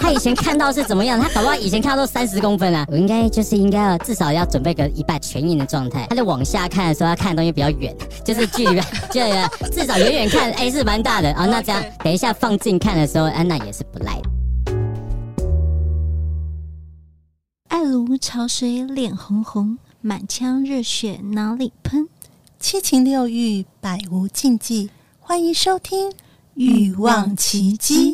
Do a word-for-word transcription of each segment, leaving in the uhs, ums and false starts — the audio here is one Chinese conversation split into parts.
他以前看到是怎么样？他搞不好以前看到都三十公分啊。我应该就是应该要至少要准备个一半全影的状态。他就往下看的时候，他看的东西比较远，就是距离就至少远远看，哎是蛮大的啊。那这样等一下放近看的时候，啊那也是不赖的。 爱如潮水，脸红红，满腔热血哪里喷？ 七情六欲，百无禁忌。欢迎收听《欲望奇迹》。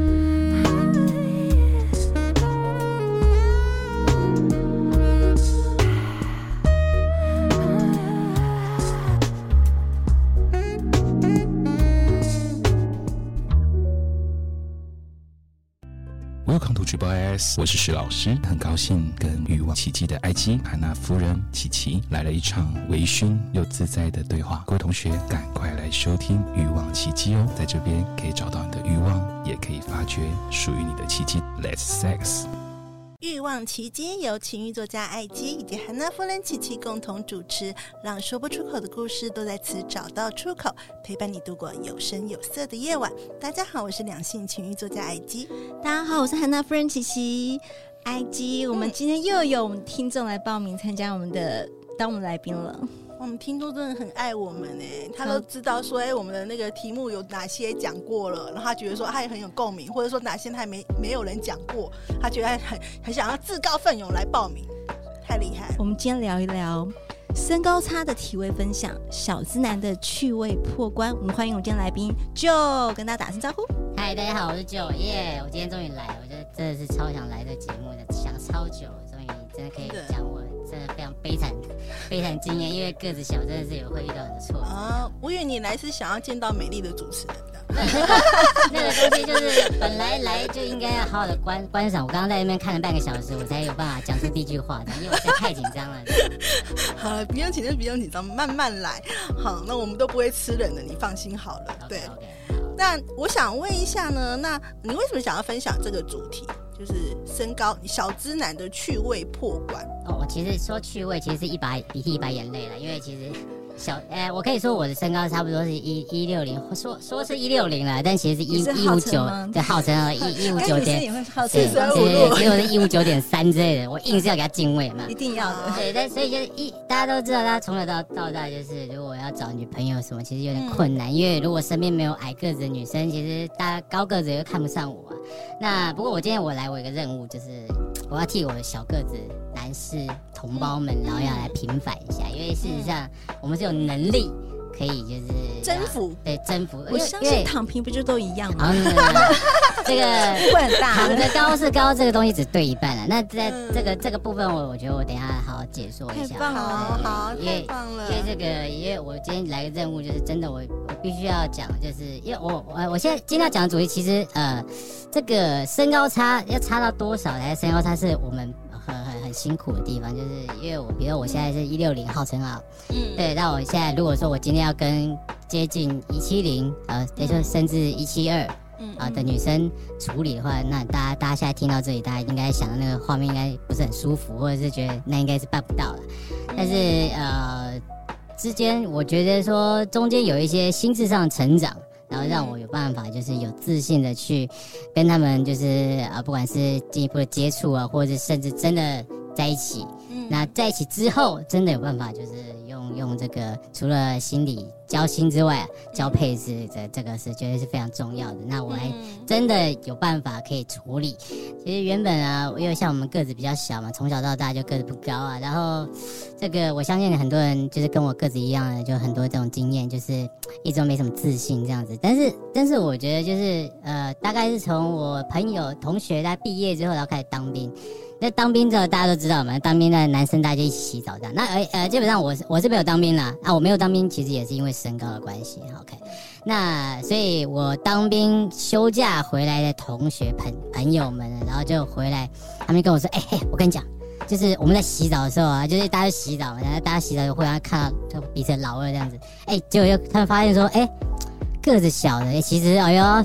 Welcome to Triple S， 我是石老师，很高兴跟欲望奇迹的埃及汉娜夫人琪琪来了一场微醺又自在的对话。各位同学，赶快来收听欲望奇迹哦，在这边可以找到你的欲望，也可以发掘属于你的奇迹。Let's sex。 欲望奇迹由情欲作家艾姬以及汉娜夫人琪琪共同主持，让说不出口的故事都在此找到出口，陪伴你度过有声有色的夜晚。大家好，我是两性情欲作家艾姬。 大家好，我是汉娜夫人琪琪。艾姬，我们今天又有我们听众来报名参加我们的当我们来宾了。 我们听众真的很爱我们哎，他都知道说，哎，我们的那个题目有哪些讲过了，然后他觉得说他也很有共鸣，或者说哪些他还没没有人讲过，他觉得很很想要自告奋勇来报名，太厉害了。 我们今天聊一聊身高差的体位分享，小资男的趣味破关。我们欢迎我们今天来宾 Joe， 跟大家打声招呼。 嗨，大家好，我是 Joe， 耶、yeah, ！我今天终于来了，我觉得真的是超想来这节目的，想超久了，终于真的可以讲我真的非常悲惨悲惨经验，因为个子小真的是有会遇到很多挫折啊。我以为你来是想要见到美丽的主持人的。 那个东西就是本来来就应该要好好的观观赏。我刚刚在那边看了半个小时，我才有办法讲出第一句话，因为我实在太紧张了。 好了，不用紧张，不用紧张，慢慢来。好，那我们都不会吃人的，你放心好了。 Okay, 对。 Okay, 那我想问一下呢，那你为什么想要分享这个主题？就是身高小资男的趣味破关。 哦，我其实说趣味，其实是一把鼻涕一把眼泪了，因为其实小，哎、呃，我可以说我的身高差不多是一一六零，说说是一六零了，但其实是一一五九，对，号称了一一五九点， 四舍五入， 其实我是一五九点三之类的，我硬是要给他进位嘛， 一定要的。 对，但所以就是一大家都知道，他从小到到大就是，如果要找女朋友什么，其实有点困难，嗯、因为如果身边没有矮个子的女生，其实大家高个子又看不上我、啊。那不过我今天我来，我有一个任务，就是我要替我的小个子男士同胞们，然后要来平反一下，因为事实上我们是有能力可以就是征服， 对征服。 我相信躺平不就都一样吗？ 这个会很大， 躺着高是高，这个东西只对一半了。那在这个、嗯、这个部分我，我觉得我等一下好好解说一下。 太棒了， 好， 太棒了。 因为这个，因为我今天来个任务，就是真的我，我我必须要讲，就是因为我我我现在今天要讲的主题，其实呃，这个身高差要差到多少才身高差是我们很很很辛苦的地方，就是因为我比如我现在是一六零，号称啊，嗯，对，那我现在如果说我今天要跟接近一七零，呃，也就甚至一七二。啊的女生处理的话，那大家大家现在听到这里，大家应该想到那个画面应该不是很舒服，或者是觉得那应该是办不到了。但是呃，之间我觉得说中间有一些心智上的成长，然后让我有办法就是有自信的去跟他们就是啊、呃，不管是进一步的接触啊，或者是甚至真的在一起。那在一起之后，真的有办法就是用用这个除了心理交心之外，交配是这这个是绝对是非常重要的。那我还真的有办法可以处理。其实原本啊，因为像我们个子比较小嘛，从小到大就个子不高啊。然后这个我相信很多人就是跟我个子一样的，就很多这种经验，就是一直都没什么自信这样子。但是但是我觉得就是呃，大概是从我朋友同学在毕业之后，然后开始当兵。那当兵的大家都知道嘛，当兵的男生大家就一起洗澡这样。那呃呃，基本上我是我是没有当兵啦，啊，我没有当兵其实也是因为身高的关系 ，OK。那所以我当兵休假回来的同学朋朋友们，然后就回来，他们跟我说，哎、欸、嘿，我跟你讲，就是我们在洗澡的时候啊，就是大家洗澡嘛，然后大家洗澡就互相看到彼此的老二这样子，哎、欸，结果就他们发现说，哎、欸，个子小的，欸、其实哎呦。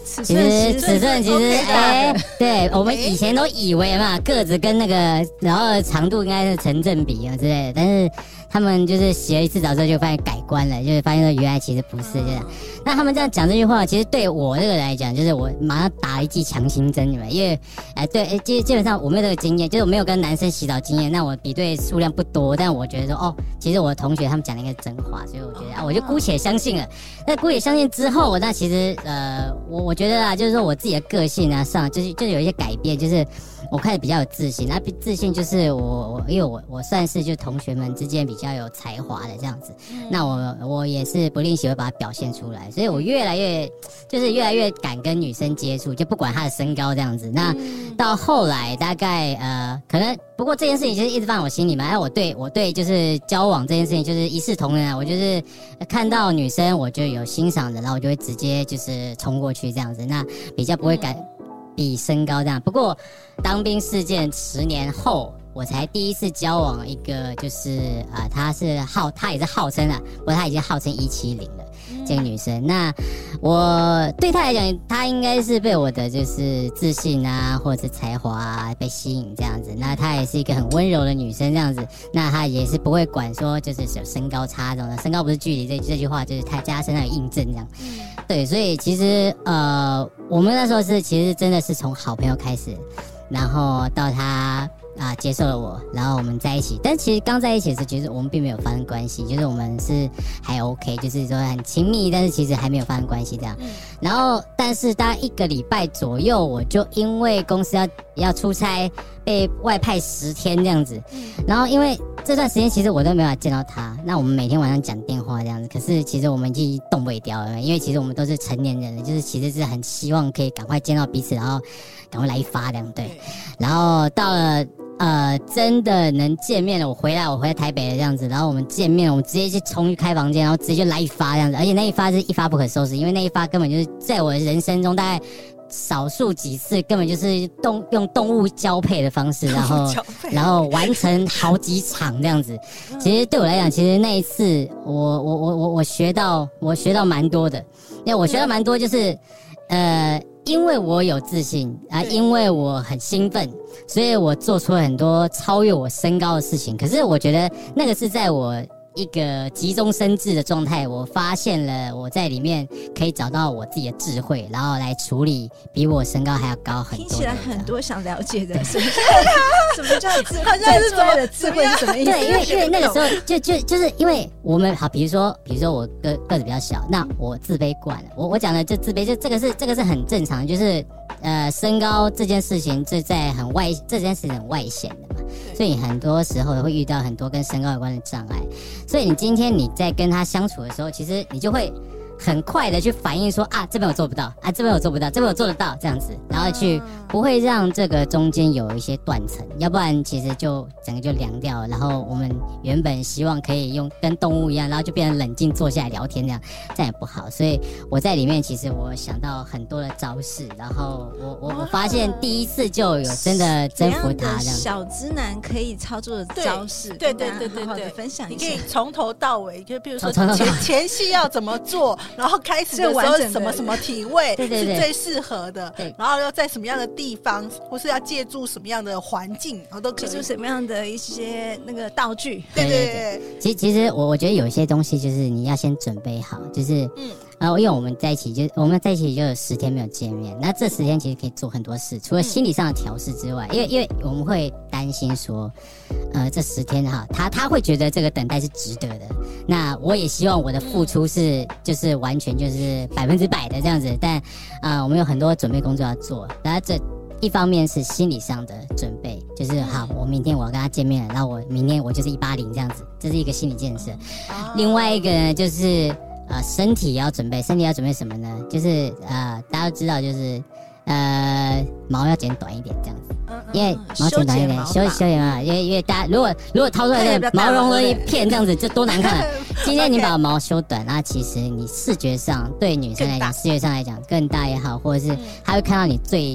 尺其寸实尺寸其实 OK 的哎、对我们以前都以为嘛，个子跟那个然后长度应该是成正比啊之类的，但是他们就是洗了一次澡之后就发现改观了，就是发现说原来其实不是这样。那他们这样讲这句话，其实对我这个来讲，就是我马上打了一剂强心针，因为哎对，哎基基本上我没有这个经验，就是我没有跟男生洗澡经验，那我比对数量不多，但我觉得说哦，其实我的同学他们讲的应该是真话，所以我觉得啊，我就姑且相信了。那姑且相信之后，那其实呃，我我觉得啊，就是说我自己的个性啊上，就是就是有一些改变，就是我开始比较有自信。那自信就是我我因为我我算是就同学们之间比较有才华的这样子，嗯、那我我也是不吝惜会把它表现出来，所以我越来越就是越来越敢跟女生接触，就不管她的身高这样子。那到后来大概呃可能不过这件事情其实一直放在我心里嘛，然后我对我对就是交往这件事情就是一视同仁啊，我就是看到女生我就有欣赏的，然后我就会直接就是冲过去这样子，那比较不会敢比身高这样。不过当兵事件十年后，我才第一次交往一个就是啊、呃，她是号她也是号称啊，不过她已经号称一七零了。这个女生，那我对她来讲，她应该是被我的就是自信啊，或者是才华啊被吸引这样子。那她也是一个很温柔的女生这样子，那她也是不会管说就是有身高差这种的，身高不是距离这这句话就是她加她身上有印证这样。对，所以其实呃，我们那时候是其实真的是从好朋友开始，然后到她。啊，接受了我，然后我们在一起。但其实刚在一起的时候，其实我们并没有发生关系，就是我们是还 OK， 就是说很亲密，但是其实还没有发生关系这样。嗯、然后，但是大概一个礼拜左右，我就因为公司要要出差，被外派十天这样子。嗯、然后因为这段时间其实我都没办法见到他，那我们每天晚上讲电话这样子。可是其实我们已经动不掉了，因为其实我们都是成年人了，就是其实是很希望可以赶快见到彼此，然后赶快来一发这样对。然后到了。呃，真的能见面了，我回来，我回来台北了这样子，然后我们见面，我们直接去冲去开房间，然后直接就来一发这样子，而且那一发是一发不可收拾，因为那一发根本就是在我的人生中大概少数几次，根本就是动用动物交配的方式，然后然后完成好几场这样子。其实对我来讲，其实那一次我我我我我学到我学到蛮多的，因为我学到蛮多就是呃。因为我有自信啊，因为我很兴奋，所以我做出了很多超越我身高的事情。可是我觉得那个是在我一个急中生智的状态，我发现了我在里面可以找到我自己的智慧，然后来处理比我身高还要高很多的。 听起来很多想了解的，什么什么叫智慧？ 好像是什么的智慧是什么意思？ 对，因为因为那个时候就就就是因为我们好，比如说比如说我个个子比较小，那我自卑惯了。我我讲的就自卑，就这个是这个是很正常，就是呃身高这件事情，这在很外这件事情很外显的嘛，所以很多时候会遇到很多跟身高有关的障碍。所以你今天你在跟他相处的时候，其实你就会很快的去反应说啊，这边我做不到啊，这边我做不到，这边我做得到这样子，然后去不会让这个中间有一些断层，要不然其实就整个就凉掉了。然后我们原本希望可以用跟动物一样，然后就变成冷静坐下来聊天这样，这样也不好。所以我在里面其实我想到很多的招式，然后我我我发现第一次就有真的征服他这样。 小直男可以操作的招式， 对对对对对， 分享一下。 你可以从头到尾，就比如说前前戏要怎么做。然后开始的时候什么什么体位是最适合的， 对， 然后要在什么样的地方，或是要借助什么样的环境，然后都可以借助什么样的一些那个道具， 对对对。 其实其实我我觉得有一些东西就是你要先准备好，就是嗯。然后因为我们在一起就我们在一起就有十天没有见面，那这十天其实可以做很多事，除了心理上的调试之外，因为因为我们会担心说，呃，这十天哈，他他会觉得这个等待是值得的。那我也希望我的付出是就是完全就是百分之百的这样子，但啊、呃，我们有很多准备工作要做。然后这一方面是心理上的准备，就是好，我明天我要跟他见面了，然后我明天我就是一八零这样子，这是一个心理建设。另外一个呢就是。呃，身体也要准备，身体要准备什么呢？就是呃，大家都知道，就是呃，毛要剪短一点这样子，嗯嗯、因为毛剪短一点，修修剪嘛，因为因为大家如果如果掏出来的毛茸茸一片这样子，就多难看、啊。今天你把毛修短，那其实你视觉上对女生来讲，视觉上来讲更大也好，或者是她会看到你最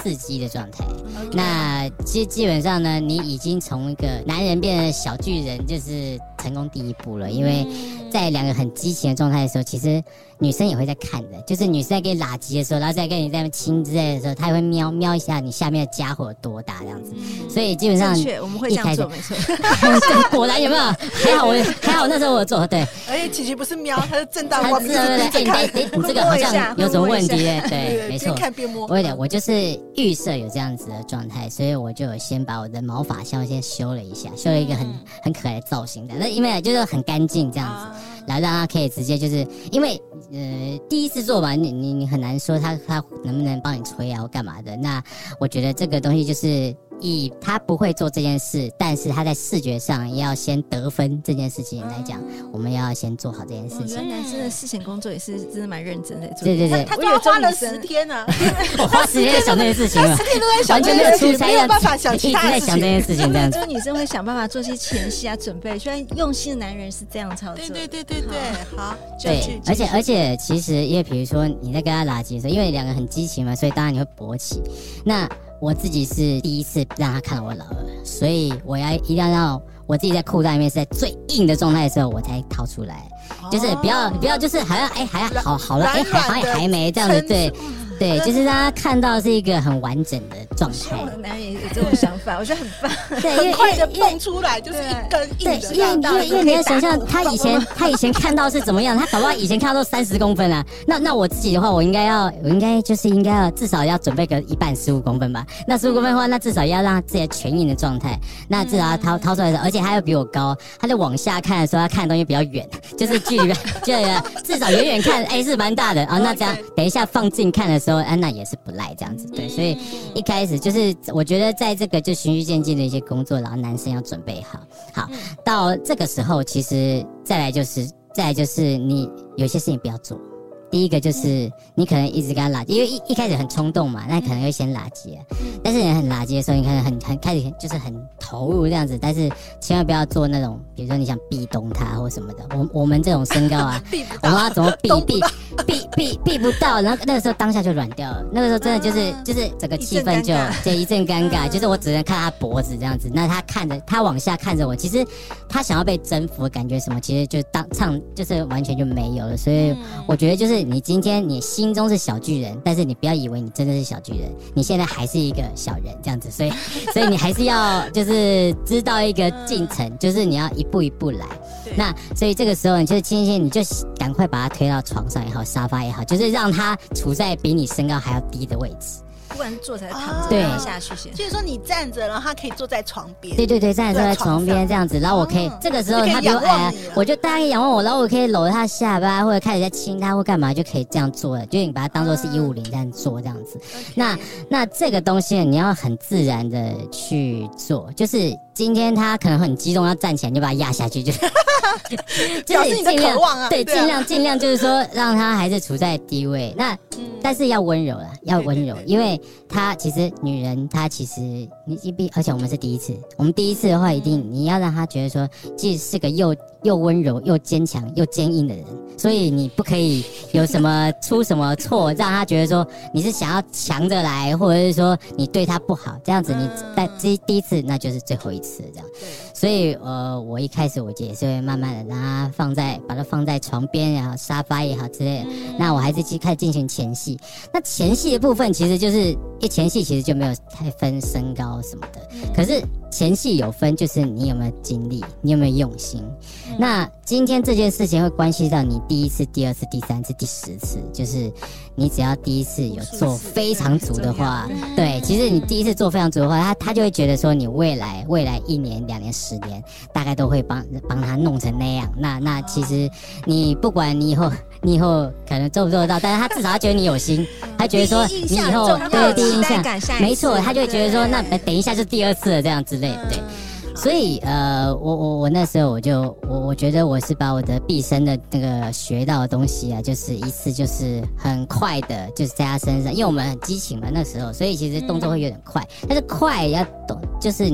刺激的状态。Okay. 那其实基本上呢，你已经从一个男人变成小巨人，就是成功第一步了。因为在两个很激情的状态的时候，其实女生也会在看的，就是女生在跟你拉鸡的时候，然后再跟你在那亲之类的时候，她也会瞄瞄一下你下面的家伙有多大这样子。所以基本上正确，我们会这样做，没错。 果然有没有？还好我还好那时候我做对。 而且琪琪不是瞄，她是正大光明。 对对对，哎你你这个好像有什么问题耶？对，没错。 边看边摸。 我有点，我就是预设有这样子的状态，所以我就有先把我的毛发先先修了一下，修了一个很很可爱的造型的。那因为就是很干净这样子。然后让他可以直接就是因为呃第一次做嘛，你你你很难说他他能不能帮你吹啊或干嘛的。那我觉得这个东西就是以他不会做这件事，但是他在视觉上要先得分这件事情来讲，嗯、我们要先做好这件事情。 男生的事前工作也是真的蛮认真的做。 对对对， 他他花了十天啊， 我花十天在想这件事情了，完全没有出差， 没有办法想其他一直在想这件事情这样子。 就是女生会想办法做些前戏啊准备，虽然用心的男人是这样操作。 对对对对对，好。 对，而且而且其实因为比如说你在跟他拉鸡的时候，因为两个很激情嘛，所以当然你会勃起。那我自己是第一次让他看到我老二，所以我要一定要让我自己在裤裆里面是在最硬的状态的时候，我才掏出来，哦、就是不要不要就是好像哎还好好了哎还好像还没这样子对。对，就是让他看到是一个很完整的状态。 我的男人也有这种想法，我觉得很棒。 对， 很快的蹦出来就是一根硬的。 对，因为因为因为你要想象他以前他以前看到是怎么样，他搞不好以前看到都三十公分啊。那那我自己的话，我应该要我应该就是应该要至少要准备个一半十五公分吧。那十五公分的话，那至少要让自己全硬的状态。那至少要掏掏出来的时候，而且他又比我高，他在往下看的时候，他看的东西比较远，就是距离就至少远远看，哎是蛮大的啊。那这样等一下放近看的时候。时候，安娜也是不赖这样子，对，所以一开始就是我觉得在这个就循序渐进的一些工作，然后男生要准备好，好到这个时候，其实再来就是再来就是你有些事情不要做。第一个就是你可能一直跟他拉鸡，因为一一开始很冲动嘛，那可能会先拉鸡，但是你很拉鸡的时候，你可能很很开始就是很投入这样子，但是千万不要做那种，比如说你想壁咚他或什么的，我我们这种身高啊，我们要怎么避避避避避不到，然后那个时候当下就软掉了，那个时候真的就是就是整个气氛就就一阵尴尬，就是我只能看他脖子这样子，那他看着他往下看着我，其实他想要被征服的感觉什么，其实就当唱就是完全就没有了，所以我觉得就是。你今天你心中是小巨人，但是你不要以为你真的是小巨人，你现在还是一个小人这样子，所以所以你还是要就是知道一个进程，就是你要一步一步来。那所以这个时候你就是轻轻，你就赶快把他推到床上也好，沙发也好，就是让他处在比你身高还要低的位置。 不管是坐才躺着， 对， 下去先。 就是说你站着，然后他可以坐在床边。 对对对，站着坐在床边这样子，然后我可以、哦、这个时候他比我矮，我就大概仰望我，然后我可以搂他下巴，或者开始在亲他或干嘛，就可以这样做了。就你把它当做是一五零这样做这样子。嗯、那那这个东西你要很自然的去做，就是今天他可能很激动要站起来，你就把他压下去，就就是你的渴望啊， 对，尽量尽量就是说让他还是处在低位。那、嗯、但是要温柔啦，要温柔，因为。她其实女人，她其实你一必，而且我们是第一次，我们第一次的话，一定你要让她觉得说，即使是个又又温柔又坚强又坚硬的人，所以你不可以有什么出什么错，让她觉得说你是想要强着来，或者是说你对她不好，这样子你在第第一次那就是最后一次这样。所以呃，我一开始我也是会慢慢的让她放在，把她放在床边也好，沙发也好之类的。那我还是去开始进行前戏。那前戏的部分其实就是。因为前戏其实就没有太分身高什么的，可是前戏有分，就是你有没有精力，你有没有用心。那今天这件事情会关系到你第一次、第二次、第三次、第十次，就是你只要第一次有做非常足的话，对，其实你第一次做非常足的话，他他就会觉得说你未来未来一年、两年、十年，大概都会帮帮他弄成那样。那那其实你不管你以后。你以后可能做不做得到，但是他至少他觉得你有心，他觉得说你以后对第一印象，没错，他就会觉得说那等一下就第二次了这样之类的，对。所以呃，我我我那时候我就我我觉得我是把我的毕生的那个学到的东西啊，就是一次就是很快的，就是在他身上，因为我们很激情嘛那时候，所以其实动作会有点快，但是快要懂，就是你。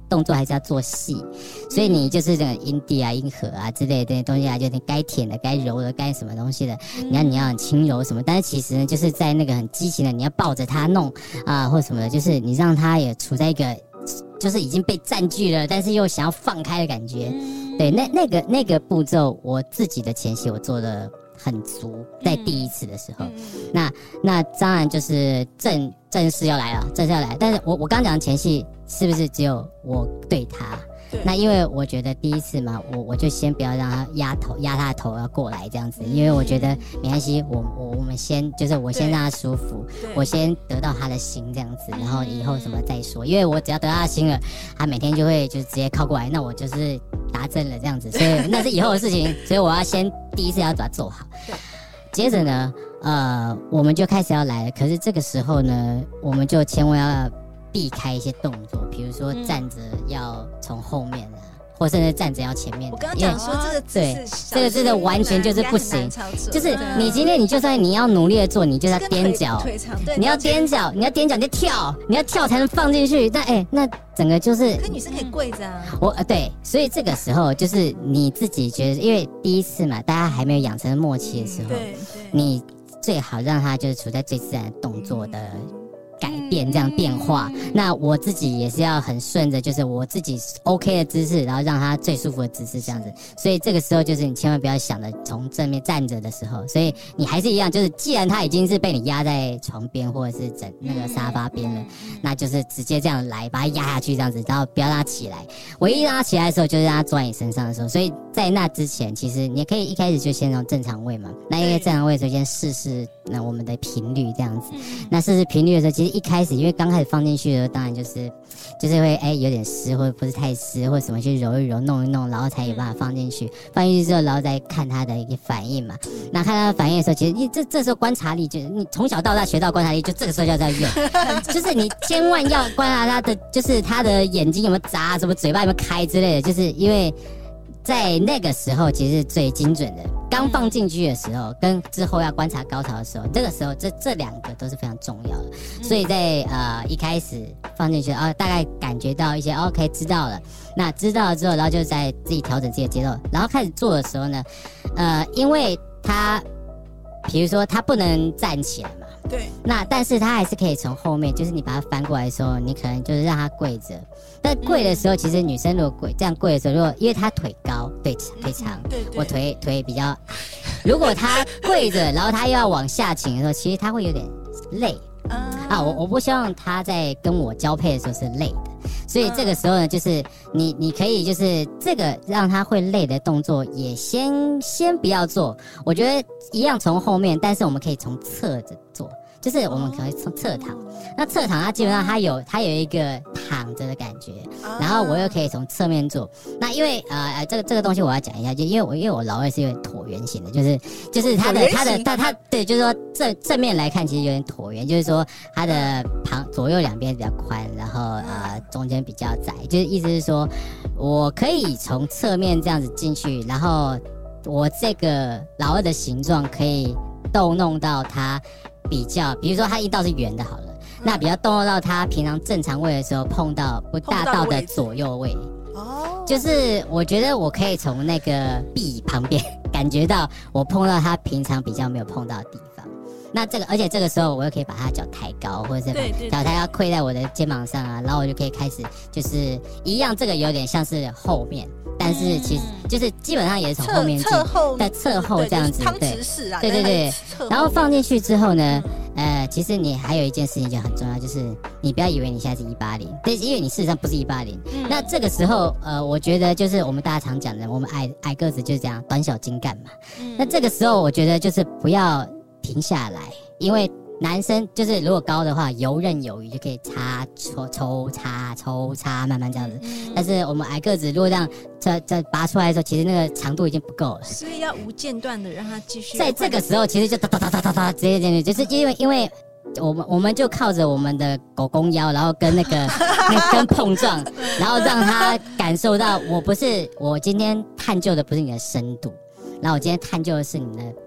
动作还是要做细，所以你就是这个阴蒂啊、阴核啊之类的东西啊，就是你该舔的、该揉的、该什么东西的，你要你要很轻柔什么。但是其实呢，就是在那个很激情的，你要抱着它弄啊、呃、或什么的，就是你让它也处在一个就是已经被占据了，但是又想要放开的感觉。对，那那个那个步骤，我自己的前戏我做的很足，在第一次的时候。嗯、那那当然就是正正式要来了，正式要来。但是我我刚讲的前戏是不是只有我对他？那因为我觉得第一次嘛，我我就先不要让他压头压他的头要过来这样子，因为我觉得没关系，我我我们先就是我先让他舒服，我先得到他的心这样子，然后以后什么再说，因为我只要得到他的心了，他每天就会就是直接靠过来，那我就是达阵了这样子，所以那是以后的事情，所以我要先第一次要把它做好。接着呢，呃，我们就开始要来了，可是这个时候呢，我们就千万要避开一些动作，比如说站着要从后面啊，或甚至站着要前面。 我刚刚讲说这个姿对，这个真的完全就是不行。就是你今天你就算你要努力的做，你就要踮脚，你要踮脚，你要踮脚，你要跳，你要跳才能放进去。那哎，那整个就是， 可女生可以跪着啊。 我呃对，所以这个时候就是你自己觉得，因为第一次嘛，大家还没有养成默契的时候，你最好让他就是处在最自然的动作的改变这样变化，那我自己也是要很顺着，就是我自己 OK 的姿势，然后让他最舒服的姿势这样子。所以这个时候就是你千万不要想着从正面站着的时候，所以你还是一样，就是既然他已经是被你压在床边或者是整那个沙发边了，那就是直接这样来把他压下去这样子，然后不要让他起来。唯一让他起来的时候，就是让他坐在你身上的时候。所以在那之前，其实你可以一开始就先从正常位嘛，那因为正常位的时候先试试那我们的频率这样子。那试试频率的时候，其实一开始因为刚开始放进去的时候，当然就是就是会哎有点湿，或者不是太湿，或者什么去揉一揉弄一弄，然后才有办法放进去。放进去之后，然后再看他的一个反应嘛。那看他的反应的时候，其实你这这时候观察力，就是你从小到大学到观察力，就这个时候就要在用，就是你千万要观察他的，就是他的眼睛有没有眨，什么嘴巴有没有开之类的，就是因为在那个时候其实是最精准的。刚放进去的时候，跟之后要观察高潮的时候，这个时候这这两个都是非常重要的。所以在呃一开始放进去啊、哦，大概感觉到一些 OK 知道了，那知道了之后，然后就在自己调整自己的节奏，然后开始做的时候呢，呃，因为他比如说他不能站起来嘛， 对， 那但是他还是可以从后面，就是你把他翻过来的时候，你可能就是让他跪着。但跪的时候，其实女生如果跪这样跪的时候，如果因为她腿高，对腿长， 对对我腿腿比较，如果她跪着，然后她又要往下倾的时候，其实她会有点累啊。我我不希望她在跟我交配的时候是累的，所以这个时候呢，就是你你可以就是这个让她会累的动作也先先不要做。我觉得一样从后面，但是我们可以从侧着做。就是我们可以从侧躺，那侧躺它基本上它有它有一个躺着的感觉，然后我又可以从侧面做。那因为呃这个这个东西我要讲一下，就因为我因为我老二是有点椭圆形的，就是就是它的它的它它对，就是说正正面来看其实有点椭圆，就是说它的旁左右两边比较宽，然后呃中间比较窄，就是意思是说我可以从侧面这样子进去，然后我这个老二的形状可以逗弄到它。比较，比如说它阴道是圆的，好了，嗯、那比较动到它平常正常位的时候碰到不大到的左右位，哦，就是我觉得我可以从那个壁旁边感觉到我碰到它平常比较没有碰到的地方。那这个，而且这个时候我又可以把它脚抬高，或者是把脚抬高跪在我的肩膀上啊，然后我就可以开始就是一样，这个有点像是后面。但是其实就是基本上也是从后面进， 侧后在侧后这样子， 汤匙式啊， 对对对。然后放进去之后呢，呃，其实你还有一件事情就很重要，就是你不要以为你现在是一八零，对，因为你事实上不是一八零。那这个时候，呃，我觉得就是我们大家常讲的，我们矮矮个子就是这样，短小精干嘛。嗯、那这个时候，我觉得就是不要停下来，因为。男生就是如果高的话，游刃有余就可以插抽抽插抽插，慢慢这样子。但是我们矮个子，如果这样这这拔出来的时候，其实那个长度已经不够了， 所以要无间断的让它继续。 在这个时候，其实就哒哒哒哒哒哒直接进去，就是因为因为我们我们就靠着我们的狗公腰，然后跟那个那跟碰撞，然后让他感受到我不是我今天探究的不是你的深度，然后我今天探究的是你的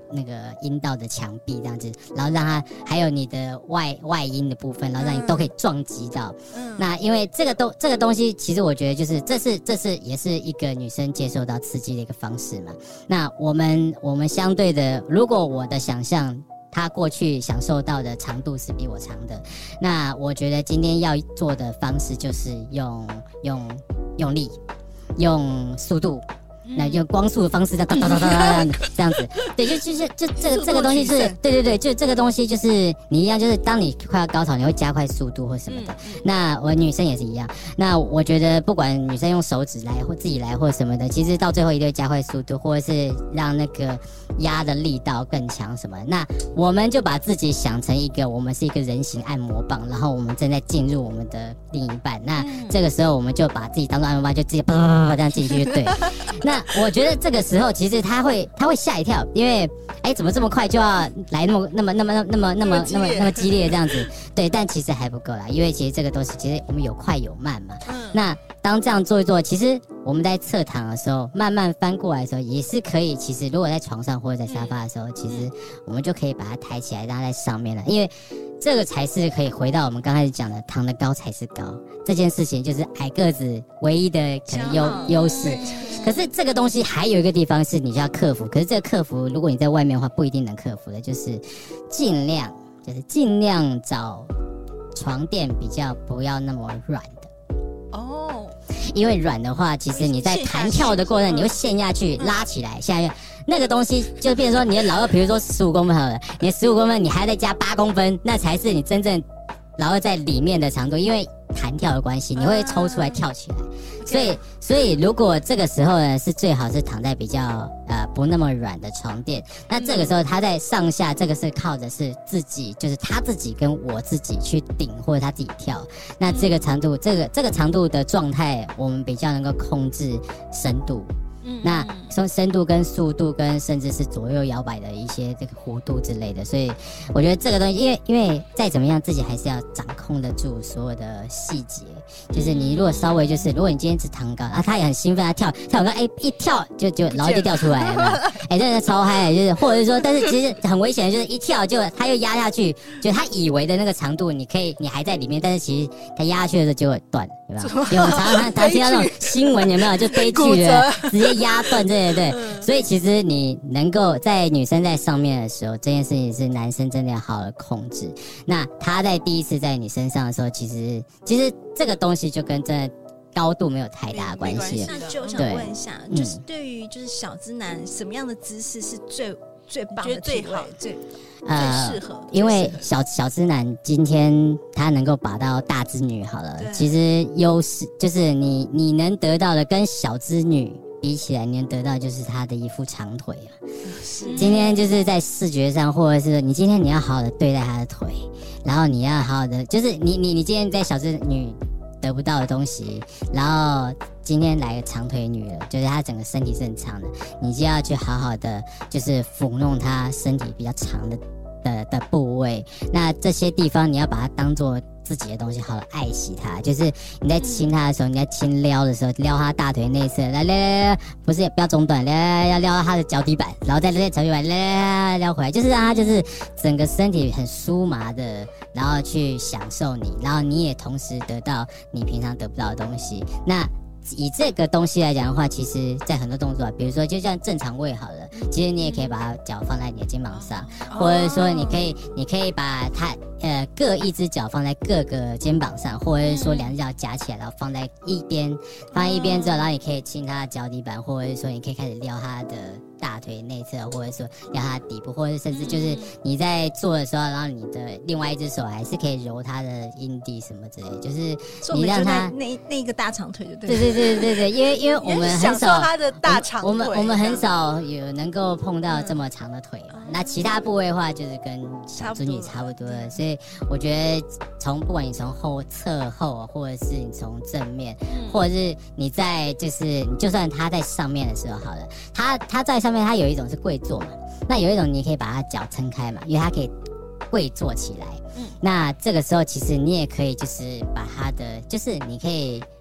那个阴道的墙壁这样子，然后让它还有你的外外阴的部分，然后让你都可以撞击到。嗯，那因为这个东这个东西，其实我觉得就是这是这是也是一个女生接受到刺激的一个方式嘛。那我们我们相对的，如果我的想象。他过去享受到的长度是比我长的，那我觉得今天要做的方式就是用用用力，用速度，那用光速的方式，哒哒哒哒哒这样子，对，就就是就这个这个东西是，对对对，就这个东西就是你一样，就是当你快要高潮，你会加快速度或什么的。那我女生也是一样，那我觉得不管女生用手指来或自己来或什么的，其实到最后一定会加快速度，或者是让那个压的力道更强什么的。那我们就把自己想成一个，我们是一个人形按摩棒，然后我们正在进入我们的另一半。那这个时候我们就把自己当做按摩棒，就直接啪啪啪这样进去，对。那我觉得这个时候其实他会他会吓一跳，因为哎怎么这么快就要来那么那么那么那么那么那么那么激烈这样子，对，但其实还不够啦，因为其实这个东西其实我们有快有慢嘛。那当这样做一做，其实我们在侧躺的时候，慢慢翻过来的时候，也是可以。其实如果在床上或者在沙发的时候，其实我们就可以把它抬起来，让它在上面了，因为这个才是可以回到我们刚开始讲的躺得高才是高这件事情，就是矮个子唯一的可能优优势。可是这个东西还有一个地方是你就要克服，可是这个克服，如果你在外面的话，不一定能克服的，就是尽量就是尽量找床垫比较不要那么软的哦，因为软的话，其实你在弹跳的过程，你会陷下去、拉起来、下去，那个东西就变成说你的老二，比如说十五公分好了，你的十五公分，你还再加八公分，那才是你真正老二在里面的长度，因为弹跳的关系，你会抽出来跳起来。所以，所以如果这个时候呢，是最好是躺在比较呃不那么软的床垫。那这个时候他在上下，这个是靠的是自己，就是他自己跟我自己去顶，或者他自己跳。那这个长度，这个这个长度的状态，我们比较能够控制深度。那从深度跟速度跟甚至是左右摇摆的一些这个弧度之类的，所以我觉得这个东西，因为因为再怎么样，自己还是要掌控得住所有的细节。就是你如果稍微就是，如果你今天只躺高啊，他也很兴奋，他跳跳高，哎、欸、一跳就就然后就掉出来了，哎、欸、真的超嗨，就是或者是说，但是其实很危险的，就是一跳就他又压下去，就他以为的那个长度，你可以你还在里面，但是其实他压下去的时候就会断，有没有？有常常常听到那种新闻有没有？就悲剧的直接压断，对对对。所以其实你能够在女生在上面的时候，这件事情是男生真的要好好的控制。那他在第一次在你身上的时候，其实其实这个东西就跟真的高度没有太大的关系。 那就想问一下，就是对于就是小资男，什么样的姿势是最最棒的、 最好、最呃最适合？ 因为小小资男今天他能够把到大资女好了，其实优势就是你你能得到的跟小资女比起来，你能得到就是他的一副长腿啊。今天就是在视觉上，或者是你今天你要好好的对待他的腿，然后你要好好的，就是你你你今天在小资女得不到的东西，然后今天来个长腿女了，就是她整个身体是很长的，你就要去好好的就是抚弄她身体比较长的的的部位。那这些地方你要把它当做自己的东西，好好爱惜它。就是你在亲她的时候，你在亲撩的时候，撩她大腿内侧，来来来，不是不要中断，来要撩到她的脚底板，然后再再脚底板来撩回来，就是让她就是整个身体很酥麻的，然后去享受你，然后你也同时得到你平常得不到的东西。那以这个东西来讲的话，其实在很多动作，比如说就像正常位好了，其实你也可以把它脚放在你的肩膀上，或者说你可以你可以把它呃各一只脚放在各个肩膀上，或者是说两只脚夹起来，然后放在一边，放在一边之后，然后你可以亲它的脚底板，或者是说你可以开始撩它的大腿内侧，或者说撩它的底部，或者甚至就是你在做的时候，然后你的另外一只手还是可以揉它的阴蒂什么之类的，就是你让它那那个大长腿就对。 对对对对对，因为因为我们很少他的大长腿， 我们我们很少有能够碰到这么长的腿嘛。嗯、那其他部位的话，就是跟小资女差不多的，所以我觉得从不管你从后侧后，或者是你从正面，嗯、或者是你在就是就算他在上面的时候好了，他他在上面，他有一种是跪坐嘛，那有一种你可以把他脚撑开嘛，因为他可以跪坐起来。嗯，那这个时候其实你也可以就是把他的，就是你可以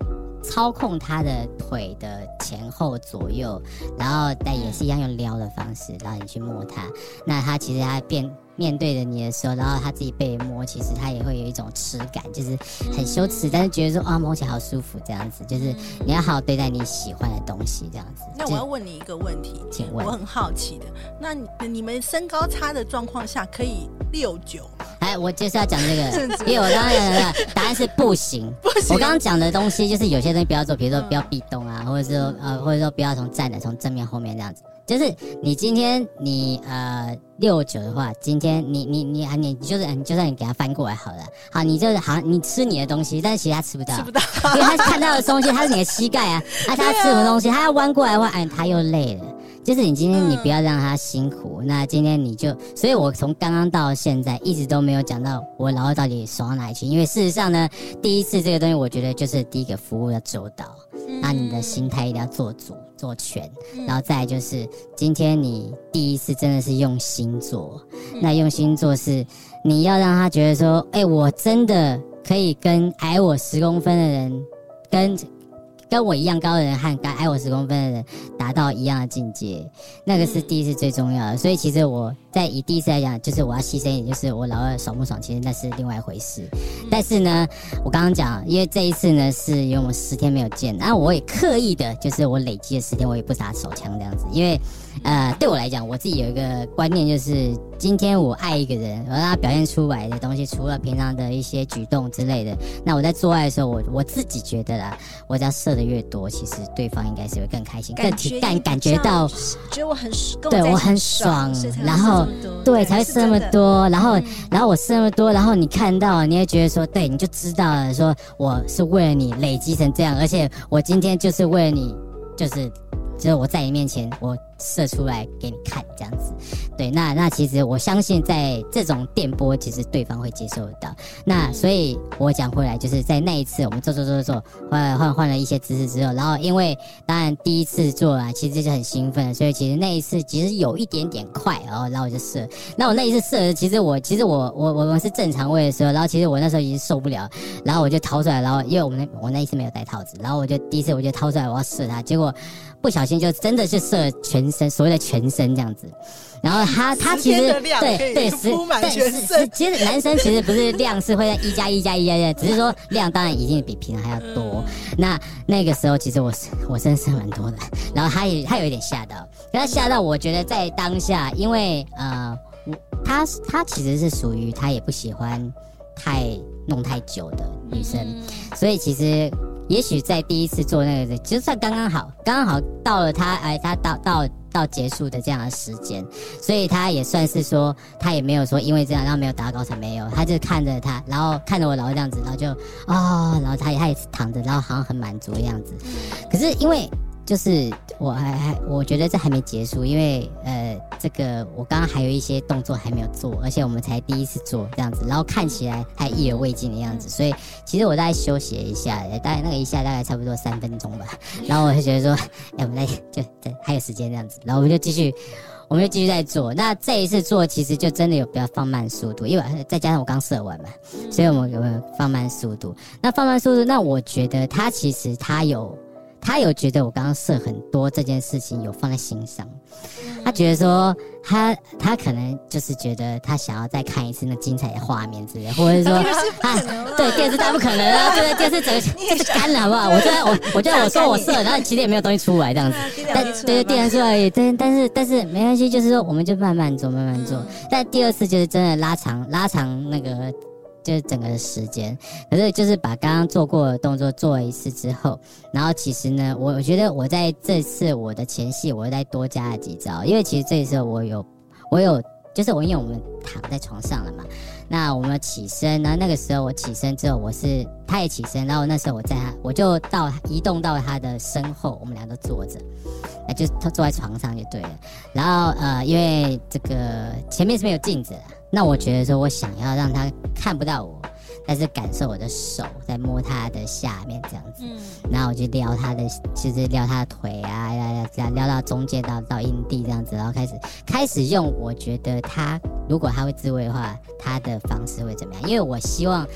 操控他的腿的前后左右，然后但也是一样用撩的方式，然后你去摸他。那他其实他变面对着你的时候，然后他自己被摸，其实他也会有一种耻感，就是很羞耻，但是觉得说啊摸起来好舒服这样子，就是你要好好对待你喜欢的东西这样子。 那我要问你一个问题， 请问， 我很好奇的，那 你, 你们身高差的状况下可以六九吗？ 哎，我就是要讲这个，因为我刚刚讲的答案是不行。 不行。 我刚刚讲的东西就是有些东西不要做，比如说不要壁咚啊，或者说呃，或者说不要从站的从正面后面这样子。就是你今天你呃六九的话，今天你你你啊你就是你就算你给他翻过来好了，好你就是好你吃你的东西，但是其实他吃不到， 吃不到， 因为他看到的东西他是你的膝盖啊，啊他吃什么东西，他要弯过来的话，哎他又累了。就是你今天你不要让他辛苦，嗯、那今天你就，所以我从刚刚到现在一直都没有讲到我老二到底爽到哪里去，因为事实上呢，第一次这个东西我觉得就是第一个服务要周到，嗯、那你的心态一定要做足做全，嗯、然后再来就是今天你第一次真的是用心做，嗯、那用心做是你要让他觉得说，哎、欸，我真的可以跟矮我十公分的人跟。跟我一样高的人和矮我十公分的人达到一样的境界，那个是第一次最重要的。所以其实我在以第一次来讲，就是我要牺牲一点，就是我老二爽不爽，其实那是另外一回事。但是呢，我刚刚讲，因为这一次呢是因为我们十天没有见，然后我也刻意的，就是我累积了十天，我也不打手枪这样子，因为呃对我来讲，我自己有一个观念，就是今天我爱一个人，我让他表现出来的东西，除了平常的一些举动之类的，那我在做爱的时候，我我自己觉得啦，我只要射的越多，其实对方应该是会更开心，更体感感觉到， 觉得我很对我很爽，然后对才会射那么多，然后然后我射那么多，然后你看到，你会觉得说，对，你就知道了，说我是为了你累积成这样，而且我今天就是为了你，就是就是我在你面前，我射出来给你看，这样子。对，那那其实我相信，在这种电波，其实对方会接受得到。那所以我讲回来，就是在那一次我们做做做做，换换换了一些姿势之后，然后因为当然第一次做啊，其实就是很兴奋，所以其实那一次其实有一点点快，然后然后我就射。那我那一次射，其实我其实我我我们是正常位的时候，然后其实我那时候已经受不了，然后我就掏出来，然后因为我们那我那一次没有戴套子，然后我就第一次我就掏出来我要射他，结果不小心就真的就射全身，所谓的全身这样子。然后他他其实对对是，但是是其实男生其实不是量是会在一加一加一加一，只是说量当然已经比平常还要多。那那个时候其实我我真的是蛮多的，然后他也他有一点吓到，他吓到我觉得在当下，因为呃我他他其实是属于他也不喜欢太弄太久的女生，所以其实。也许在第一次做那个，就算刚刚好，刚刚好到了他哎，他到到到结束的这样的时间，所以他也算是说，他也没有说因为这样，然后没有达到高潮，没有，他就看着他，然后看着我老二这样子，然后就哦，然后他也他也躺着，然后好像很满足的样子。可是因为就是我还还我觉得这还没结束，因为呃这个我刚刚还有一些动作还没有做，而且我们才第一次做这样子，然后看起来还意犹未尽的样子，所以其实我大概休息了一下，大概那个一下大概差不多三分钟吧，然后我就觉得说，哎，我们来就还有时间这样子，然后我们就继续。我们就继续在做，那这一次做其实就真的有比较放慢速度，因为再加上我刚射完嘛，所以我们有放慢速度。那放慢速度，那我觉得他其实他有他有觉得我刚刚射很多这件事情有放在心上，他觉得说他他可能就是觉得他想要再看一次那精彩的画面之类，或者是说他对电视当然不可能啊，对对，电视整个就是干了好不好？我就在我我就在我说我射，然后其实也没有东西出来这样子，但对对电视出来而已，但但是但是没关系，就是说我们就慢慢做慢慢做，但第二次就是真的拉长拉长那个。就是整个的时间，可是就是把刚刚做过的动作做了一次之后，然后其实呢，我我觉得我在这次我的前戏，我再多加了几招，因为其实这一次我有我有就是我因为我们躺在床上了嘛，那我们起身，然后那个时候我起身之后，我是他也起身，然后那时候我在他我就到移动到他的身后，我们俩都坐着，那就他坐在床上就对了，然后呃因为这个前面是没有镜子的。那我觉得说，我想要让他看不到我，但是感受我的手在摸他的下面这样子，嗯，然后我就撩他的，就是撩他的腿啊，撩撩撩到中间到到阴蒂这样子，然后开始开始用我觉得他如果他会自慰的话，他的方式会怎么样？因为我希望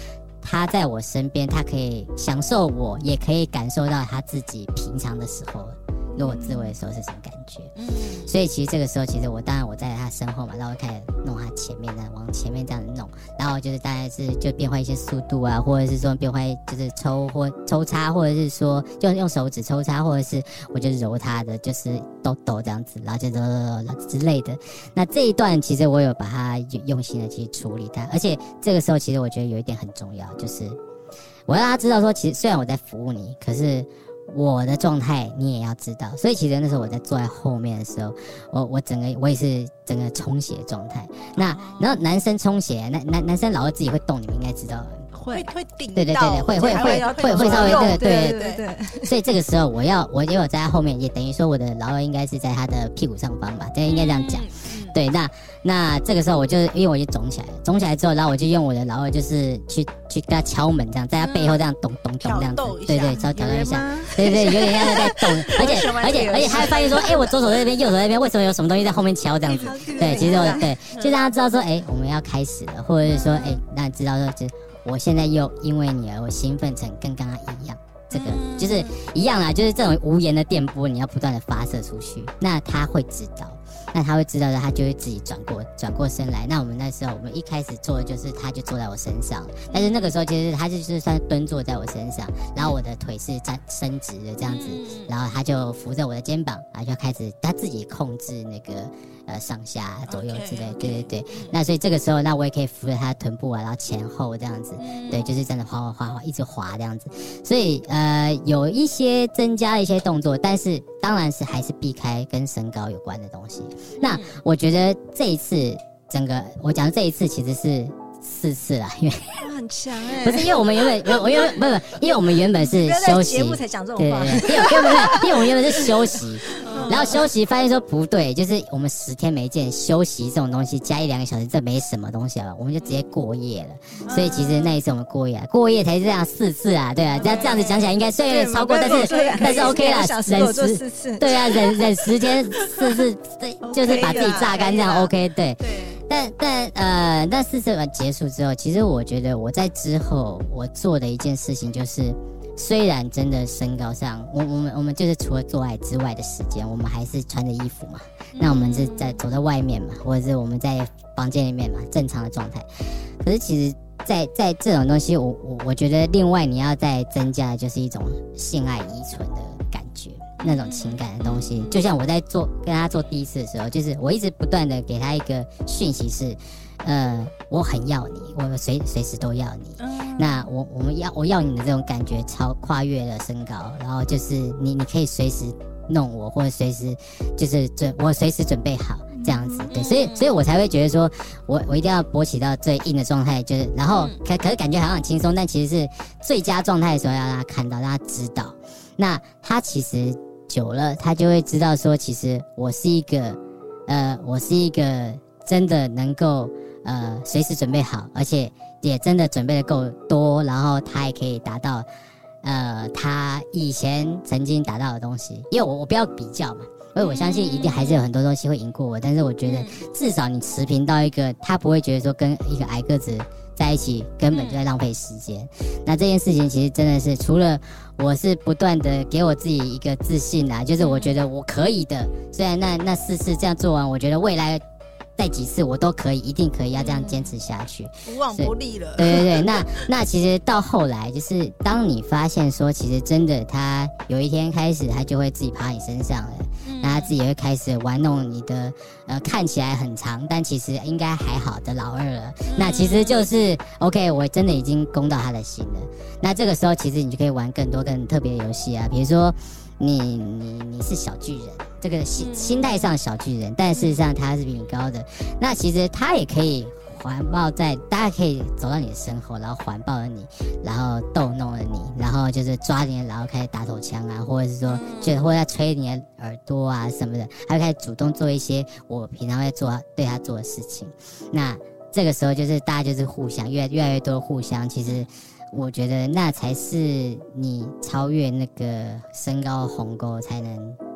他在我身边，他可以享受我，也可以感受到他自己平常的时候若自慰的时候是什么感觉。嗯，所以其实这个时候，其实我当然我在他身后嘛，然后开始弄他前面，这样往前面这样子弄，然后就是大概是就变换一些速度啊，或者是说变换就是抽或抽插，或者是说就用手指抽插，或者是我就揉他的就是抖抖这样子，然后就揉揉揉之类的。那这一段其实我有把它用心的去处理它，而且这个时候其实我觉得有一点很重要，就是我让他知道说，其实虽然我在服务你，可是我的状态你也要知道。所以其实那时候我在坐在后面的时候，我我整个我也是整个充血的状态。那然后男生充血，男男男生老二自己会动，你们应该知道。 会会顶到， 对对对对，会会会会会稍微对对对对。所以这个时候我要我也有在他后面，也等于说我的老二应该是在他的屁股上方吧，这应该这样讲。对，那那这个时候我就因为我已经肿起来了，肿起来之后，然后我就用我的老二就是去去跟他敲门，这样在他背后这样咚咚咚这样子，对对，稍微挑逗一下，对对，有点像在动，而且而且而且他会发现说，哎，我左手在那边，右手在那边，为什么有什么东西在后面敲这样子？对，其实我对，就让他知道说，哎，我们要开始了，或者是说，哎，让他知道说，就我现在又因为你而我兴奋成跟刚刚一样。这个就是一样啦，就是这种无言的电波，你要不断的发射出去，那他会知道，那他会知道的，他就会自己转过转过身来。那我们那时候，我们一开始做的就是，他就坐在我身上，但是那个时候其实他就是算蹲坐在我身上，然后我的腿是站伸直的这样子，然后他就扶着我的肩膀，然后就开始他自己控制那个呃上下左右之类， okay, 对对对。那所以这个时候，那我也可以扶着他的臀部啊，然后前后这样子，对，就是真的滑滑滑滑一直滑这样子。所以呃有一些增加了一些动作，但是当然是还是避开跟身高有关的东西。那我觉得这一次整个我讲的这一次其实是四次啦，因为很强哎、欸， 不是因为我们原本我原本不不，因为我们原本是休息， 节目才讲这种话， 对对对，因为因为因为我们原本是休息，然后休息发现说不对，就是我们十天没见，休息这种东西加一两个小时，这没什么东西了，我们就直接过夜了。所以其实那一次我们过夜，过夜才是这样四次啊，对啊，这样这样子讲起来应该虽然有点超过，但是但是 OK 啦，忍十对啊，忍忍十天四次，对，就是把自己榨干这样 OK 对。但但呃，那四次完结束之后，其实我觉得我在之后我做的一件事情就是，虽然真的身高上，我我们我们就是除了做爱之外的时间，我们还是穿着衣服嘛，那我们是在走在外面嘛，或者是我们在房间里面嘛，正常的状态。可是其实在，在在这种东西，我我我觉得另外你要再增加的就是一种性爱依存的感觉。那种情感的东西，就像我在做跟他做第一次的时候，就是我一直不断的给他一个讯息是，呃，我很要你，我随随时都要你。嗯、那我我们要我要你的这种感觉超跨越了身高，然后就是你你可以随时弄我，或者随时就是准我随时准备好这样子，对，所以所以我才会觉得说我我一定要勃起到最硬的状态，就是然后可可是感觉好像很轻松，但其实是最佳状态的时候要让他看到，让他知道，那他其实。久了，他就会知道说，其实我是一个，呃，我是一个真的能够呃随时准备好，而且也真的准备的够多，然后他也可以达到呃他以前曾经达到的东西。因为我我不要比较嘛，因为我相信一定还是有很多东西会赢过我，但是我觉得至少你持平到一个，他不会觉得说跟一个矮个子在一起根本就在浪费时间。那这件事情其实真的是除了我是不断的给我自己一个自信啊，就是我觉得我可以的，虽然那那四次这样做完，我觉得未来再几次我都可以，一定可以，要这样坚持下去， 无往不利了。 对对对，那那其实到后来，就是当你发现说，其实真的他有一天开始，他就会自己爬你身上了，嗯、那他自己会开始玩弄你的，呃，看起来很长，但其实应该还好的老二了。嗯、那其实就是 OK， 我真的已经攻到他的心了。那这个时候，其实你就可以玩更多更特别的游戏啊，比如说。你你你是小巨人，这个心心态上小巨人，但事实上他是比你高的。那其实他也可以环抱在，大家可以走到你的身后，然后环抱着你，然后逗弄了你，然后就是抓你的，然后开始打手枪啊，或者是说，就或者在吹你的耳朵啊什么的，他会开始主动做一些我平常会做对他做的事情。那这个时候就是大家就是互相越越来越多互相，其实。我觉得那才是你超越那个身高鸿沟才能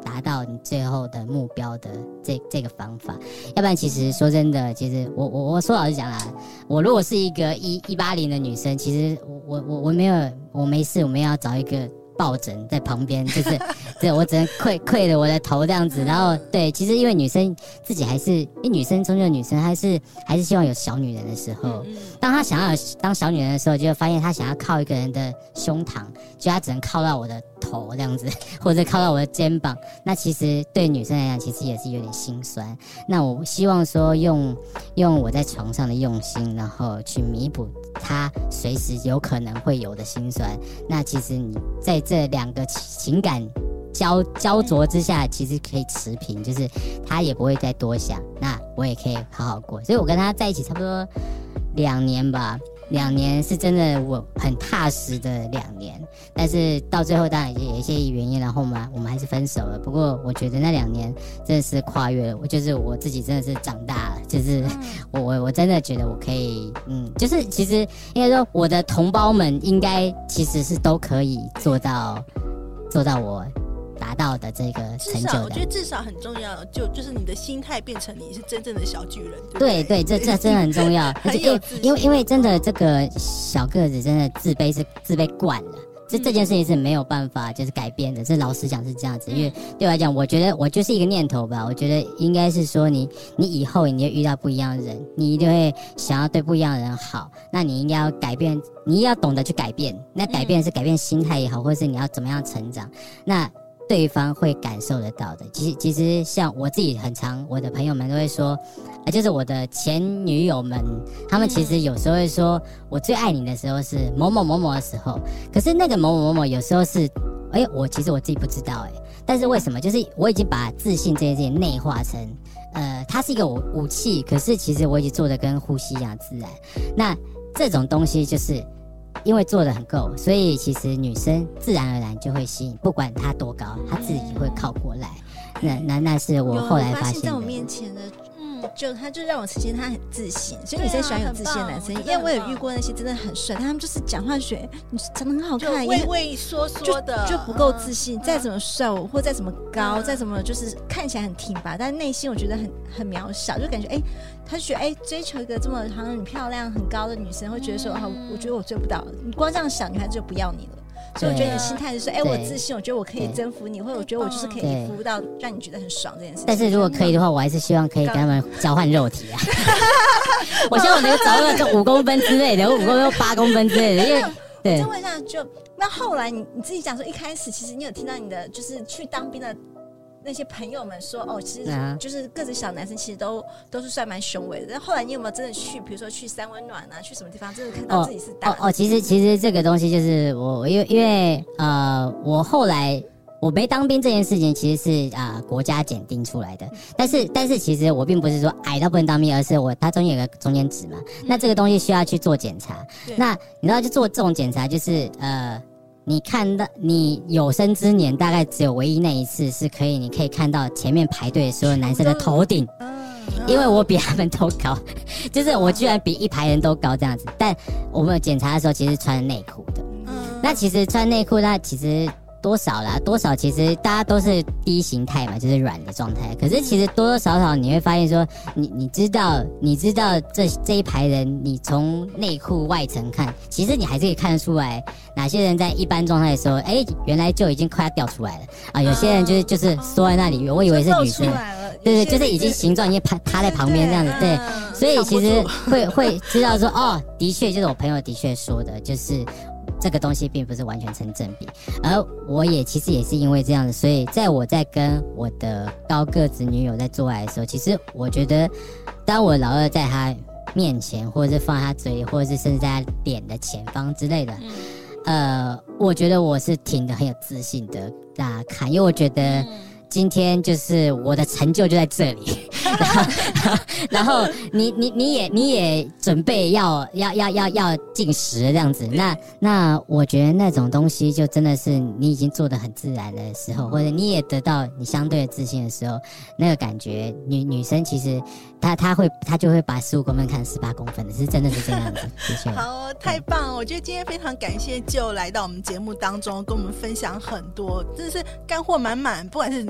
达到你最后的目标的这这个方法。要不然其实说真的，其实我我我说老实讲啦，我如果是一个一一八零的女生，其实我我我没有我没事，我们要找一个抱枕在旁边，就是对我只能跪跪着我的头这样子。然后对，其实因为女生自己还是，因为女生终究女生还是还是希望有小女人的时候，当她想要有当小女人的时候，就会发现她想要靠一个人的胸膛，就她只能靠到我的头这样子，或者靠到我的肩膀。那其实对女生来讲，其实也是有点心酸。那我希望说用用我在床上的用心，然后去弥补她随时有可能会有的心酸。那其实你在这两个情感交焦灼之下，其实可以持平，就是他也不会再多想，那我也可以好好过。所以我跟他在一起差不多两年吧，两年是真的我很踏实的两年。但是到最后当然也有一些原因，然后嘛我们还是分手了。不过我觉得那两年真的是跨越了，我就是我自己真的是长大了，就是我我我真的觉得我可以，嗯，就是其实应该说我的同胞们应该其实是都可以做到做到我达到的这个成就的。 至少我觉得至少很重要，就就是你的心态变成你是真正的小巨人。对对 对, 对，这这真的很重要。而且因为因为因为真的这个小个子真的自卑是自卑惯了。这这件事情是没有办法就是改变的，这老实讲是这样子。因为对我来讲，我觉得我就是一个念头吧。我觉得应该是说你你以后你会遇到不一样的人，你一定会想要对不一样的人好，那你应该要改变，你要懂得去改变。那改变是改变心态也好，或者是你要怎么样成长，那对方会感受得到的。其实其实像我自己很常，我的朋友们都会说，呃、就是我的前女友们，他们其实有时候会说，我最爱你的时候是某某某某的时候，可是那个某某某某有时候是，哎，我其实我自己不知道哎，但是为什么？就是我已经把自信这件事情内化成，呃，它是一个武武器，可是其实我已经做的跟呼吸一样自然。那这种东西就是。因为做得很够，所以其实女生自然而然就会吸引，不管她多高，她自己会靠过来。那那那是我后来发现的。 在我面前的，嗯，就他就让我实现他很自信，所以女生喜欢有自信的男生，因为我有遇过那些真的很帅，但他们就是讲话学，你长得很好看， 畏畏缩缩的， 就就不够自信。再怎么帅，或再怎么高，再怎么就是看起来很挺拔，但内心我觉得很很渺小，就感觉哎。他觉得哎，追求一个这么好像很漂亮、很高的女生，会觉得说，好，我觉得我追不到。你光这样想，女孩子就不要你了。所以我觉得你的心态是说，哎，我自信，我觉得我可以征服你，或者我觉得我就是可以服务到让你觉得很爽这件事情。 但是如果可以的话，我还是希望可以跟他们交换肉体啊。我希望我能够找到个五公分之类的，或五公分、八公分之类的，因为。对。 我再问一下，就那后来你你自己讲说，一开始其实你有听到你的就是去当兵的。那些朋友们说哦，其实就是个子小男生其实都都是算蛮雄伟的。但后来你有没有真的去，比如说去三温暖啊，去什么地方，真的看到自己是大的？ 哦哦，其实其实这个东西就是我，因为因为呃，我后来我没当兵这件事情，其实是啊、呃、国家检定出来的。但是但是其实我并不是说矮到不能当兵，而是我它中间有个中间值嘛。那这个东西需要去做检查。那你知道去做这种检查，就是呃。你看到你有生之年大概只有唯一那一次是可以，你可以看到前面排队所有男生的头顶，因为我比他们都高，就是我居然比一排人都高这样子。但我们检查的时候其实穿内裤的，那其实穿内裤那其实多少啦，多少其实大家都是低形态嘛，就是软的状态。可是其实多多少少你会发现说，你你知道你知道这这一排人，你从内裤外层看，其实你还是可以看得出来。哪些人在一般状态的时候，哎，原来就已经快要掉出来了啊！有些人就是就是缩在那里，我以为是女生，对对，就是已经形状已经趴趴在旁边这样子，对，所以其实会会知道说，哦，的确就是我朋友的确说的，就是这个东西并不是完全成正比，而我也其实也是因为这样子，所以在我在跟我的高个子女友在做爱的时候，其实我觉得，当我老二在他面前，或者是放在他嘴里，或者是甚至在他脸的前方之类的。嗯呃，我觉得我是挺的很有自信的，大家看，因为我觉得今天就是我的成就就在这里，然后, 然后你你你也你也准备要要要要要进食这样子，那那我觉得那种东西就真的是你已经做得很自然的时候，或者你也得到你相对的自信的时候，那个感觉女女生其实她她会她就会把十五公分看十八公分的，是真的是这样子，的确。 好，太棒了！我觉得今天非常感谢就来到我们节目当中，跟我们分享很多，真的是干货满满，不管是你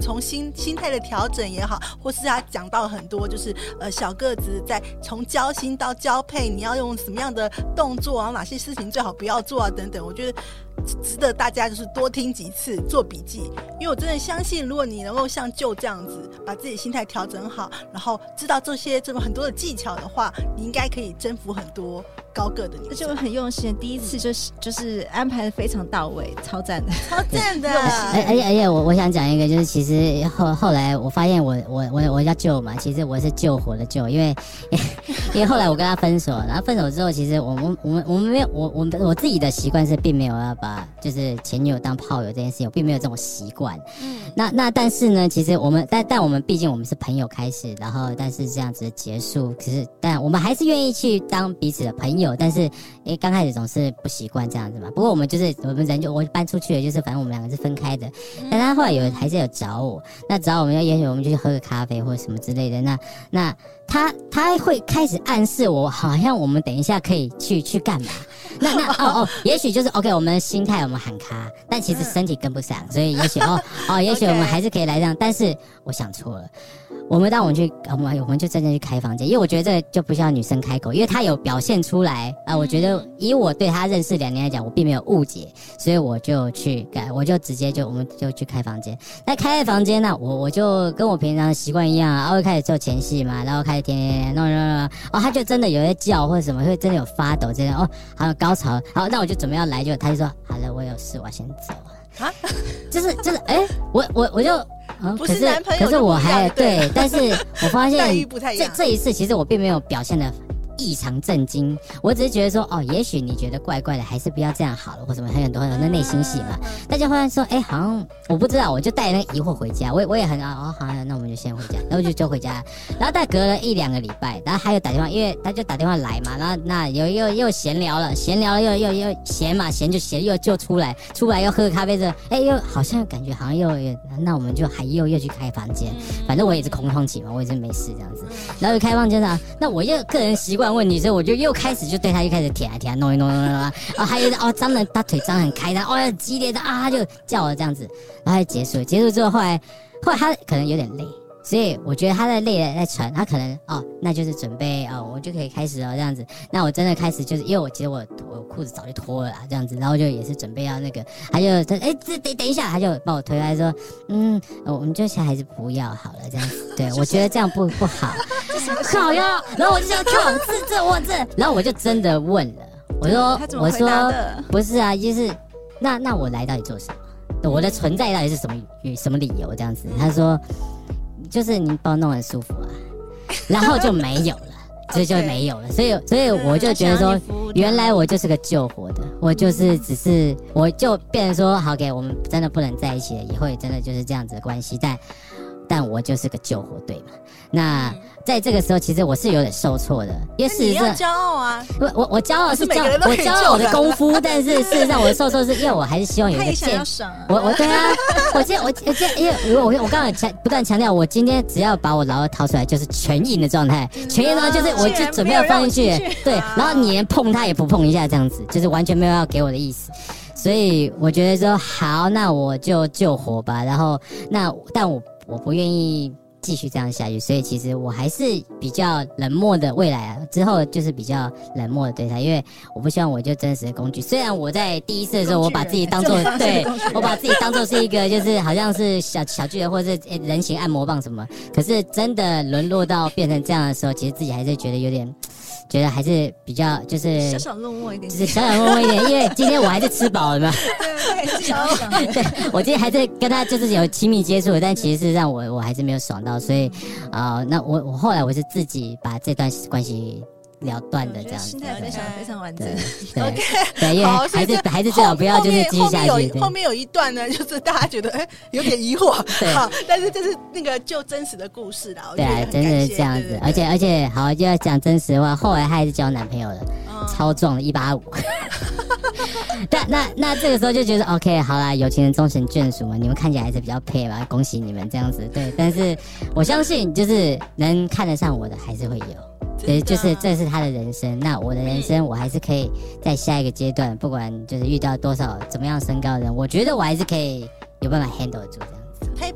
从心心态的调整也好，或是他讲到很多就是呃小个子在从交心到交配，你要用什么样的动作，然后哪些事情最好不要做啊等等，我觉得值得大家就是多听几次做笔记，因为我真的相信，如果你能够像就这样子把自己的心态调整好，然后知道这些这么很多的技巧的话，你应该可以征服很多高个的女生。 而且我很用心，第一次就是就是安排的非常到位，超赞的， 超赞的。 而而且而且我我想讲一个，就是其实后后来我发现我我我我叫救嘛，其实我是救火的救，因为因为后来我跟他分手，然后分手之后，其实我们我们我们没有我我我自己的习惯是并没有要把就是前女友当炮友这件事情，我并没有这种习惯。嗯，那那但是呢，其实我们但但我们毕竟我们是朋友开始，然后但是这样子结束，可是但我们还是愿意去当彼此的朋友，但是诶刚开始总是不习惯这样子嘛。不过我们就是我们人就我搬出去了，就是反正我们两个是分开的，但他后来有还是有找我，那找我们要也许我们就去喝个咖啡或者什么之类的，那那他他会开始暗示我，好像我们等一下可以去去干嘛。那那哦哦，也许就是 OK， 我们的心态我们喊卡，但其实身体跟不上，所以也许哦哦，也许我们还是可以来这样。但是我想错了，我们当我们去，我们我们就真正去开房间，因为我觉得这个就不需要女生开口，因为她有表现出来啊、呃。我觉得以我对她认识两年来讲，我并没有误解，所以我就去改，我就直接就我们就去开房间。那开房间呢，我我就跟我平常的习惯一样啊，会开始做前戏嘛，然后开始天天天弄弄弄，哦，他就真的有些叫或者什么，会真的有发抖这样哦，还有高潮，好，那我就准备要来，就他就说好了，我有事，我先走了啊，就是就是哎、欸，我我我就。 嗯、不是男朋友， 可是我还对，但是我发现这这一次其实我并没有表现的异常震惊，我只是觉得说哦，也许你觉得怪怪的，还是不要这样好了，或什么很多很多的内心戏嘛。大家忽然说，哎、欸，好像我不知道，我就带那个疑惑回家，我也我也很哦，好，那我们就先回家，然后就就回家，然后大概隔了一两个礼拜，然后还有打电话，因为他就打电话来嘛，然后那又又又闲聊了，闲聊了又又又闲嘛，闲就闲又就出来，出来又喝咖啡之后，哎、欸，又好像感觉好像又又，那我们就还又又去开房间，反正我也是空窗期嘛，我也是没事这样子，然后就开房间了，那我又个人习惯问题，所以我就又开始就对他就开始舔啊舔啊弄一弄弄弄啊，然后还有哦张了他腿张很开的，哦很激烈的啊，他就叫我这样子，然后就结束了，结束之后后来后来他可能有点累。所以我觉得他在累的在喘，他可能哦，那就是准备哦，我就可以开始了这样子。那我真的开始就是因为我其实我我裤子早就脱了啦，这样子，然后就也是准备要那个，他就他哎这等等一下，他就把我推开说，嗯，我们就还是不要好了这样子。对，我觉得这样不不好，好呀。然后我就想靠，是这我这，然后我就真的问了，我说我说不是啊，就是那那我来到底做什么？我的存在到底是什么什么理由这样子？他说。就是你把我弄很舒服啊，然后就没有了，所以就没有了，所以所以我就觉得说，原来我就是个救火的，我就是只是我就变成说，好给我们真的不能在一起了，以后也真的就是这样子的关系，但但我就是个救火队嘛。那在这个时候，其实我是有点受挫的，因为事实上你要骄傲啊！ 我我我骄傲是骄我骄傲我的功夫，但是事实上我的受挫是因为我还是希望有一个见，我我对啊，我今我我今因为我我我刚刚强不断强调，我今天只要把我老二掏出来，就是全硬的状态，全硬的状态就是我就准备要放进去，对，然后你连碰它也不碰一下，这样子就是完全没有要给我的意思。所以我觉得说好，那我就救火吧。然后那但我我不愿意继续这样下去，所以其实我还是比较冷漠的。未来啊，之后就是比较冷漠的对他，因为我不希望我就真实的工具。虽然我在第一次的时候，我把自己当做对我把自己当做是一个就是好像是小小巨人或者是人形按摩棒什么，可是真的沦落到变成这样的时候，其实自己还是觉得有点。觉得还是比较就是小小落寞一点， 就是小小落寞一点，因为今天我还是吃饱了嘛。 对对，小小。 对，我今天还是跟他就是有亲密接触，但其实事实上我我还是没有爽到，所以啊、呃，那我我后来我是自己把这段关系了断的这样子。 心态分享的非常完整。 对对对，因为还是还是最好不要就是继续下去。 后面有后面有一段呢，就是大家觉得哎有点疑惑，好，但是这是那个就真实的故事啦。 对啊，真的是这样子，而且而且好就要讲真实的话，后来他还是交男朋友了，嗯、超壮的一八五。但那那这个时候就觉得 OK 好啦，有情人终成眷属嘛，你们看起来还是比较配吧，恭喜你们这样子。对，但是我相信就是能看得上我的还是会有。对，就是这是他的人生，那我的人生我还是可以在下一个阶段，不管就是遇到多少怎么样身高的人，我觉得我还是可以有办法 handle 住这样子。 太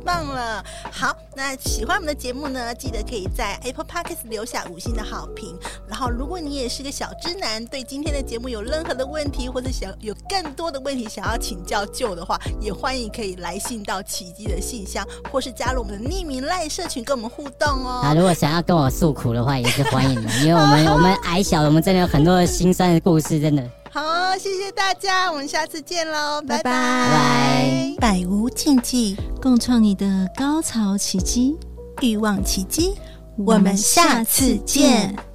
棒了。好，那喜欢我们的节目呢，记得可以在 Apple Podcast 留下五星的好评。然后如果你也是个小知男，对今天的节目有任何的问题，或者想有更多的问题想要请教就的话，也欢迎可以来信到奇迹的信箱，或是加入我们的匿名赖社群跟我们互动哦。 啊，如果想要跟我诉苦的话，也是欢迎的，因为我们我们矮小，我们真的有很多的辛酸的故事，真的。 好，谢谢大家，我们下次见喽，拜拜拜拜。 百无禁忌， 共创你的高潮奇迹， 欲望奇迹，我们下次见。